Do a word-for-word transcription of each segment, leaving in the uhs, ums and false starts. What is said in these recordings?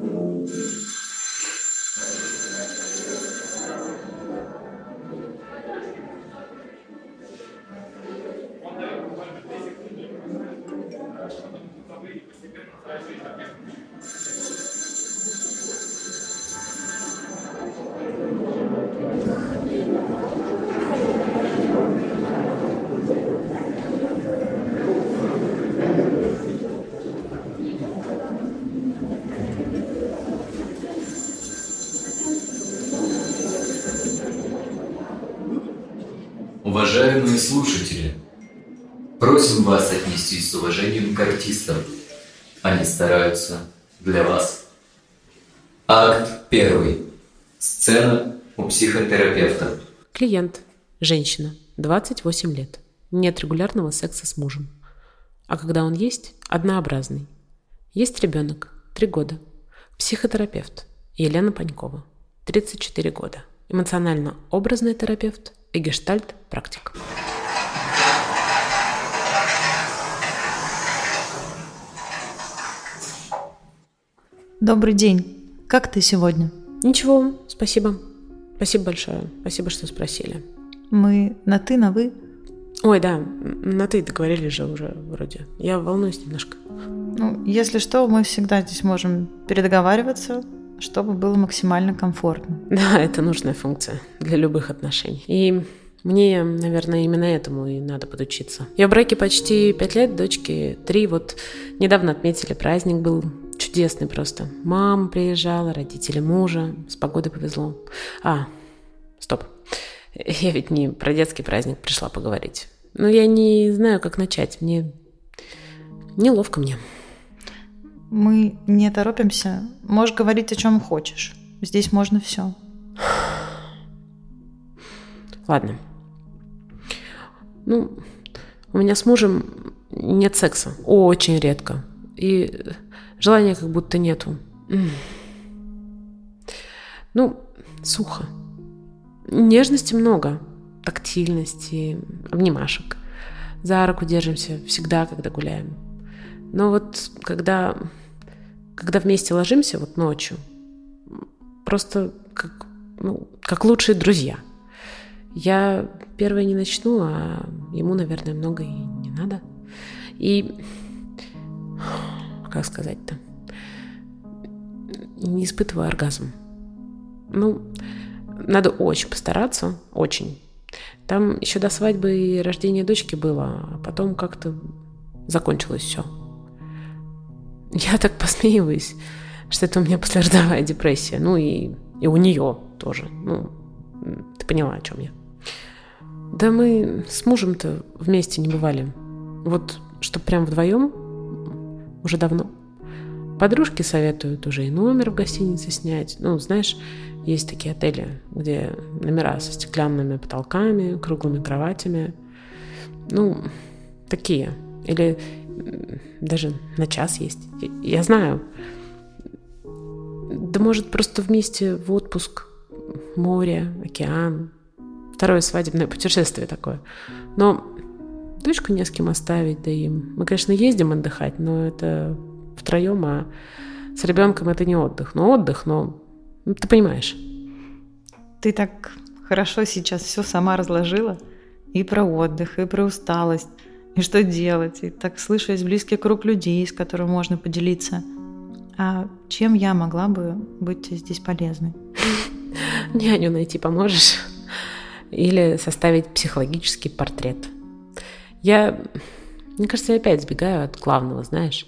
Уважаемые слушатели, просим вас отнестись с уважением к артистам. Они стараются для вас. Акт первый. Сцена у психотерапевта. Клиент. Женщина. двадцать восемь лет. Нет регулярного секса с мужем. А когда он есть, однообразный. Есть ребенок. три года. Психотерапевт. Елена Панькова. тридцать четыре года. Эмоционально-образный терапевт и гештальт-практик. Добрый день. Как ты сегодня? Ничего, спасибо. Спасибо большое. Спасибо, что спросили. Мы на «ты», на «вы»? Ой, да, на «ты» договорились же уже вроде. Я волнуюсь немножко. Ну, если что, мы всегда здесь можем передоговариваться, чтобы было максимально комфортно. Да, это нужная функция для любых отношений. И мне, наверное, именно этому и надо подучиться. Я в браке почти пять лет, дочке три. Вот недавно отметили праздник, был чудесный просто. Мама приезжала, родители мужа, с погодой повезло. А, стоп. Я ведь не про детский праздник пришла поговорить. Но я не знаю, как начать. Мне неловко мне. Мы не торопимся. Можешь говорить, о чем хочешь. Здесь можно все. Ладно. Ну, у меня с мужем нет секса. Очень редко. И желания как будто нету. Ну, сухо. Нежности много. Тактильности, обнимашек. За руку держимся всегда, когда гуляем. Но вот когда... Когда вместе ложимся вот ночью, просто как, ну, как лучшие друзья. Я первая не начну, а ему, наверное, много и не надо. И, как сказать-то, не испытываю оргазм. Ну, надо очень постараться, очень. Там еще до свадьбы и рождения дочки было, а потом как-то закончилось все. Я так посмеиваюсь, что это у меня послеродовая депрессия. Ну и, и у нее тоже. Ну, ты поняла, о чем я. Да мы с мужем-то вместе не бывали. Вот, что прям вдвоем уже давно. Подружки советуют уже и номер в гостинице снять. Ну, знаешь, есть такие отели, где номера со стеклянными потолками, круглыми кроватями. Ну, такие. Или даже на час есть. Я знаю. Да может просто вместе в отпуск. Море, океан. Второе свадебное путешествие такое. Но дочку не с кем оставить, да и мы, конечно, ездим отдыхать, но это втроем, а с ребенком это не отдых. Ну, отдых, но ну, ты понимаешь. Ты так хорошо сейчас все сама разложила. И про отдых, и про усталость. И что делать? И так слышу, есть близкий круг людей, с которым можно поделиться. А чем я могла бы быть здесь полезной? Няню найти поможешь? Или составить психологический портрет? Я, мне кажется, я опять сбегаю от главного, знаешь.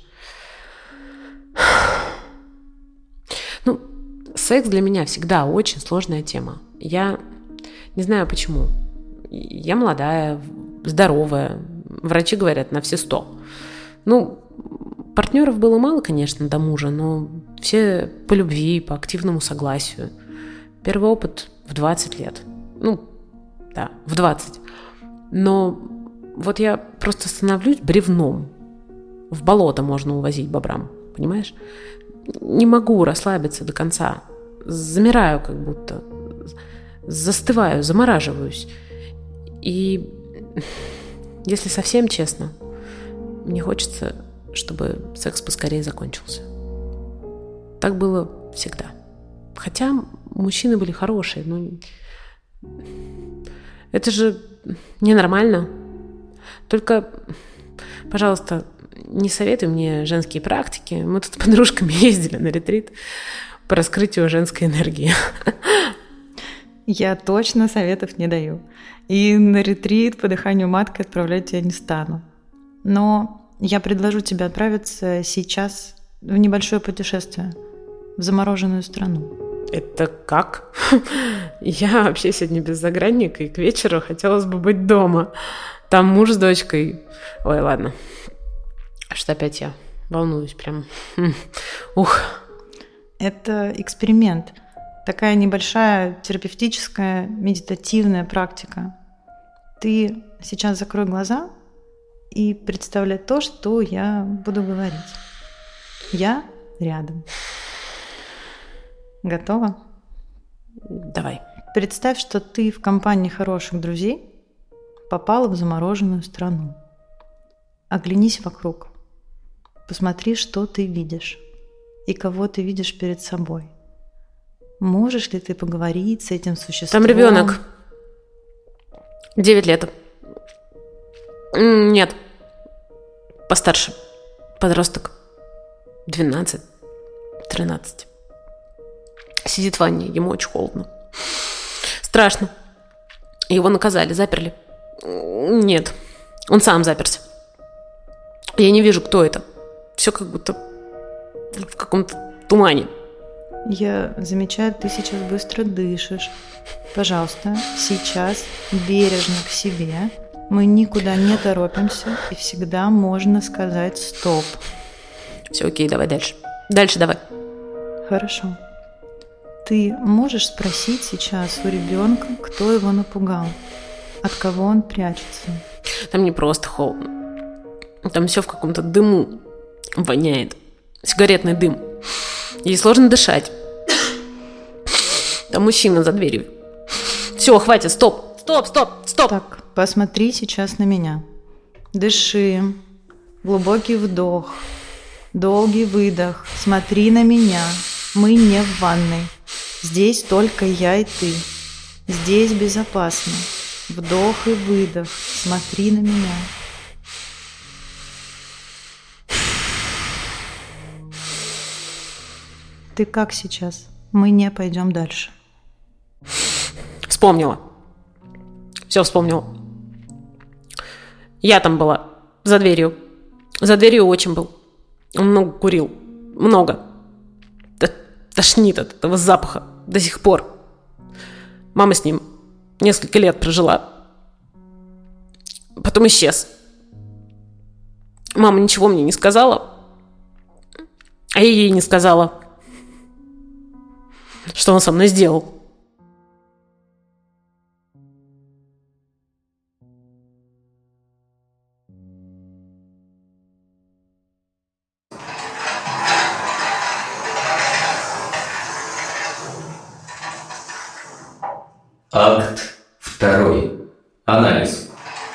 Ну, секс для меня всегда очень сложная тема. Я не знаю почему. Я молодая, здоровая. Врачи говорят, на все сто. Ну, партнеров было мало, конечно, до мужа, но все по любви, по активному согласию. Первый опыт в двадцать лет. Ну, да, в двадцать. Но вот я просто становлюсь бревном. В болото можно увозить бобрам, понимаешь? Не могу расслабиться до конца. Замираю как будто. Застываю, замораживаюсь. И... Если совсем честно, мне хочется, чтобы секс поскорее закончился. Так было всегда. Хотя мужчины были хорошие, но это же ненормально. Только, пожалуйста, не советуй мне женские практики. Мы тут с подружками ездили на ретрит по раскрытию женской энергии. Я точно советов не даю. И на ретрит по дыханию маткой отправлять тебя не стану. Но я предложу тебе отправиться сейчас в небольшое путешествие в замороженную страну. Это как? Я вообще сегодня без загранника, и к вечеру хотелось бы быть дома. Там муж с дочкой. Ой, ладно. Что опять я волнуюсь прям. Ух. Это эксперимент. Такая небольшая терапевтическая, медитативная практика. Ты сейчас закрой глаза и представляй то, что я буду говорить. Я рядом. Готова? Давай. Представь, что ты в компании хороших друзей попала в замороженную страну. Оглянись вокруг. Посмотри, что ты видишь и кого ты видишь перед собой. Можешь ли ты поговорить с этим существом? Там ребенок. Девять лет. Нет. Постарше. Подросток. Двенадцать. Тринадцать. Сидит в ванне, ему очень холодно. Страшно. Его наказали, заперли. Нет, он сам заперся. Я не вижу, кто это. Все как будто в каком-то тумане. Я замечаю, ты сейчас быстро дышишь. Пожалуйста, сейчас бережно к себе. Мы никуда не торопимся, и всегда можно сказать «стоп». Все окей, давай дальше. Дальше давай. Хорошо. Ты можешь спросить сейчас у ребенка, кто его напугал, от кого он прячется? Там не просто холодно. Там все в каком-то дыму воняет. Сигаретный дым. Ей сложно дышать. Там мужчина за дверью. Все, хватит, стоп, стоп, стоп, стоп. Так, посмотри сейчас на меня. Дыши. Глубокий вдох. Долгий выдох. Смотри на меня. Мы не в ванной. Здесь только я и ты. Здесь безопасно. Вдох и выдох. Смотри на меня. Ты как сейчас? Мы не пойдем дальше. Вспомнила. Все вспомнила. Я там была. За дверью. За дверью отчим был. Он много курил. Много. Тошнит от этого запаха до сих пор. Мама с ним несколько лет прожила. Потом исчез. Мама ничего мне не сказала. А я ей не сказала, что он со мной сделал. Акт второй. Анализ.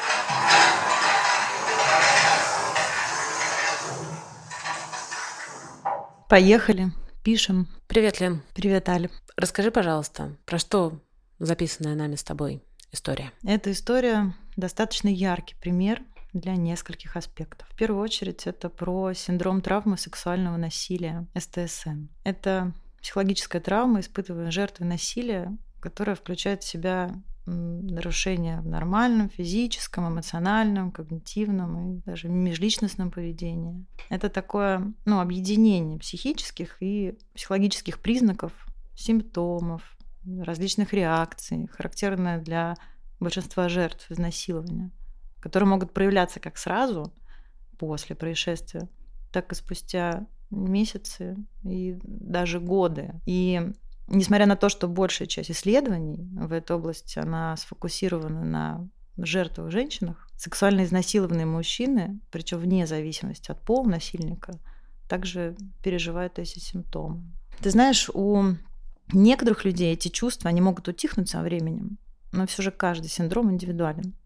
Поехали. Пишем. Привет, Лен. Привет, Али. Расскажи, пожалуйста, про что записанная нами с тобой история? Эта история достаточно яркий пример для нескольких аспектов. В первую очередь, это про синдром травмы сексуального насилия, эс тэ эс эн. Это психологическая травма, испытываемая жертвой насилия, которая включает в себя нарушения в нормальном, физическом, эмоциональном, когнитивном и даже межличностном поведении. Это такое, ну, объединение психических и психологических признаков, симптомов, различных реакций, характерное для большинства жертв изнасилования, которые могут проявляться как сразу после происшествия, так и спустя месяцы и даже годы. И несмотря на то, что большая часть исследований в этой области, она сфокусирована на жертвах женщинах, сексуально изнасилованные мужчины, причем вне зависимости от пола насильника, также переживают эти симптомы. Ты знаешь, у некоторых людей эти чувства, они могут утихнуть со временем, но все же каждый синдром индивидуален.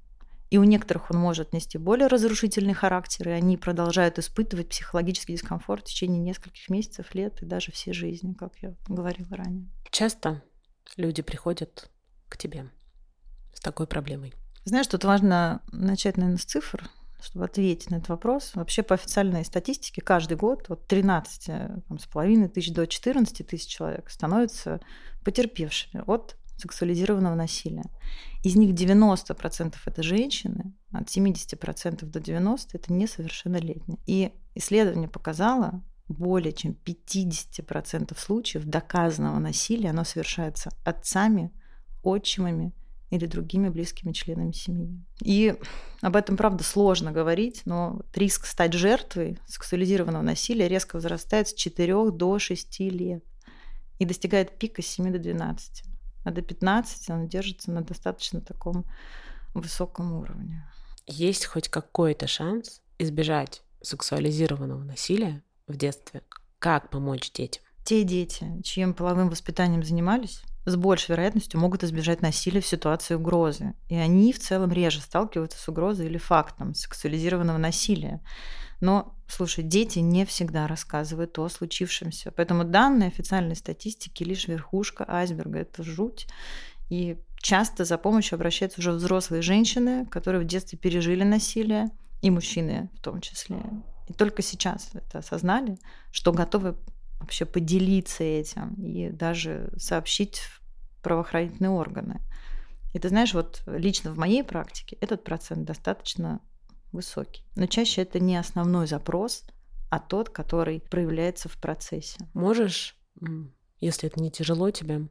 И у некоторых он может нести более разрушительный характер, и они продолжают испытывать психологический дискомфорт в течение нескольких месяцев, лет и даже всей жизни, как я говорила ранее. Часто люди приходят к тебе с такой проблемой. Знаешь, тут важно начать, наверное, с цифр, чтобы ответить на этот вопрос. Вообще по официальной статистике каждый год от тринадцати с половиной тысяч до четырнадцати тысяч человек становятся потерпевшими от сексуализированного насилия. Из них девяносто процентов это женщины, от семидесяти процентов до девяноста процентов это несовершеннолетние. И исследование показало, более чем пятьдесят процентов случаев доказанного насилия оно совершается отцами, отчимами или другими близкими членами семьи. И об этом, правда, сложно говорить, но риск стать жертвой сексуализированного насилия резко возрастает с четырёх до шести лет и достигает пика с семи до двенадцати. А до пятнадцати он держится на достаточно таком высоком уровне. Есть хоть какой-то шанс избежать сексуализированного насилия в детстве? Как помочь детям? Те дети, чьим половым воспитанием занимались, с большей вероятностью могут избежать насилия в ситуации угрозы. И они в целом реже сталкиваются с угрозой или фактом сексуализированного насилия. Но, слушай, дети не всегда рассказывают о случившемся. Поэтому данные официальной статистики лишь верхушка айсберга. Это жуть. И часто за помощью обращаются уже взрослые женщины, которые в детстве пережили насилие, и мужчины в том числе. И только сейчас это осознали, что готовы вообще поделиться этим и даже сообщить в правоохранительные органы. И ты знаешь, вот лично в моей практике этот процент достаточно высокий. Но чаще это не основной запрос, а тот, который проявляется в процессе. Можешь, если это не тяжело тебе,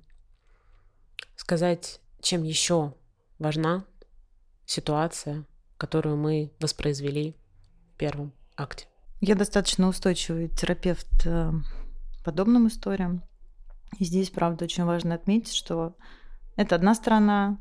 сказать, чем еще важна ситуация, которую мы воспроизвели в первом акте? Я достаточно устойчивый терапевт подобным историям. И здесь, правда, очень важно отметить, что это одна сторона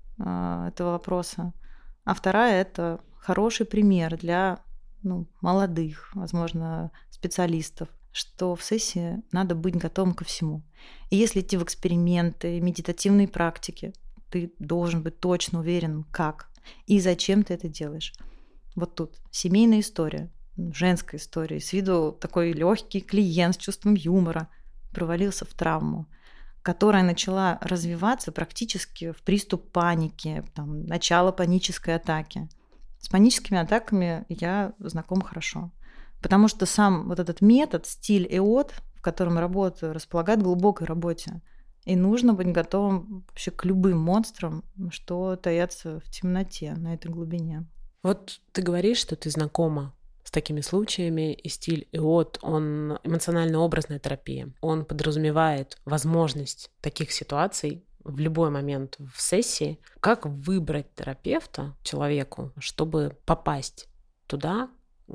э, этого вопроса, а вторая – это хороший пример для ну, молодых, возможно, специалистов, что в сессии надо быть готовым ко всему. И если идти в эксперименты, медитативные практики, ты должен быть точно уверен, как и зачем ты это делаешь. Вот тут семейная история, женская история, с виду такой легкий клиент с чувством юмора провалился в травму, которая начала развиваться практически в приступ паники, там, начало панической атаки. С паническими атаками я знакома хорошо, потому что сам вот этот метод, стиль ЭОТ, в котором работаю, располагает к глубокой работе. И нужно быть готовым вообще к любым монстрам, что таятся в темноте на этой глубине. Вот ты говоришь, что ты знакома с такими случаями, и стиль ЭОТ, он эмоционально-образная терапия. Он подразумевает возможность таких ситуаций в любой момент в сессии. Как выбрать терапевта человеку, чтобы попасть туда,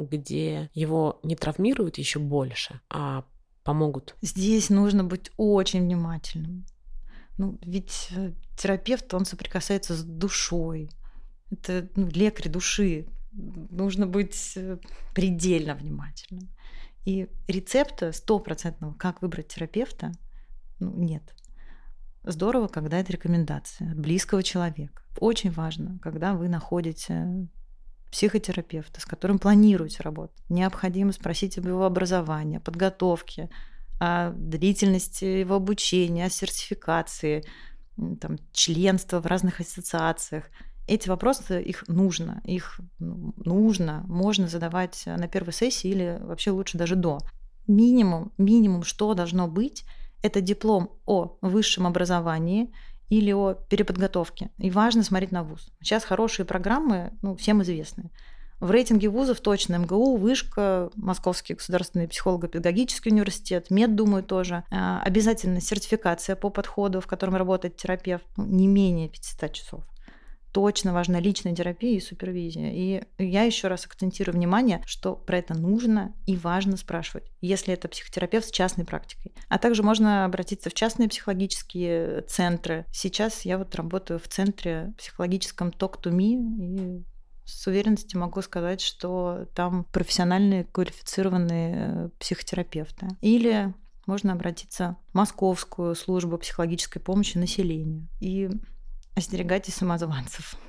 где его не травмируют еще больше, а помогут? Здесь нужно быть очень внимательным. Ну, ведь терапевт, он соприкасается с душой. Это ну, лекарь души. Нужно быть предельно внимательным. И рецепта стопроцентного, как выбрать терапевта, ну, нет. Здорово, когда это рекомендация от близкого человека. Очень важно, когда вы находите психотерапевта, с которым планируете работать. Необходимо спросить об его образовании, подготовке, о длительности его обучения, о сертификации, там, членства в разных ассоциациях. Эти вопросы, их нужно, их нужно, можно задавать на первой сессии или вообще лучше даже до. Минимум, минимум, что должно быть, это диплом о высшем образовании или о переподготовке. И важно смотреть на вуз. Сейчас хорошие программы, ну, всем известны. В рейтинге вузов точно МГУ, Вышка, Московский государственный психолого-педагогический университет, Мед, думаю, тоже. Обязательно сертификация по подходу, в котором работает терапевт, ну, не менее пятьсот часов. Точно важна личная терапия и супервизия. И я еще раз акцентирую внимание, что про это нужно и важно спрашивать, если это психотерапевт с частной практикой. А также можно обратиться в частные психологические центры. Сейчас я вот работаю в центре психологическом Talk to Me, и с уверенностью могу сказать, что там профессиональные, квалифицированные психотерапевты. Или можно обратиться в Московскую службу психологической помощи населению. И остерегайтесь самозванцев.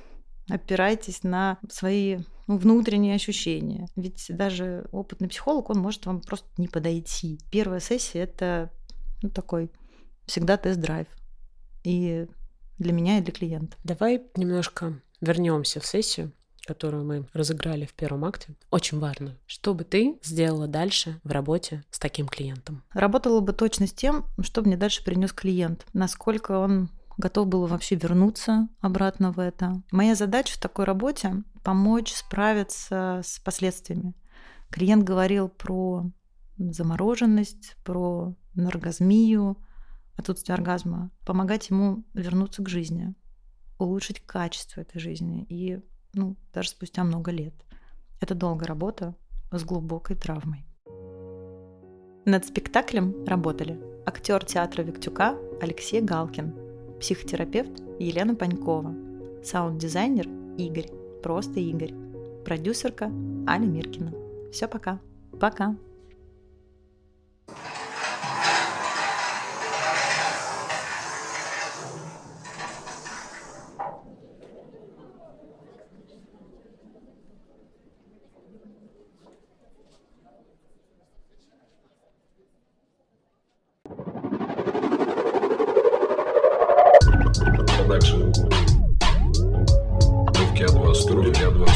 опирайтесь на свои ну, внутренние ощущения. Ведь даже опытный психолог, он может вам просто не подойти. Первая сессия – это ну, такой всегда тест-драйв. И для меня, и для клиента. Давай немножко вернемся в сессию, которую мы разыграли в первом акте. Очень важно. Что бы ты сделала дальше в работе с таким клиентом? Работала бы точно с тем, что мне дальше принес клиент. Насколько он готов был вообще вернуться обратно в это. Моя задача в такой работе – помочь справиться с последствиями. Клиент говорил про замороженность, про норгазмию, отсутствие оргазма. Помогать ему вернуться к жизни, улучшить качество этой жизни. И ну, даже спустя много лет. Это долгая работа с глубокой травмой. Над спектаклем работали актер театра Виктюка Алексей Галкин, психотерапевт Елена Панькова, саунд-дизайнер Игорь, просто Игорь, продюсерка Аля Миркина. Все, пока. Пока. Продакшн. Легкий от вас, студия от вас.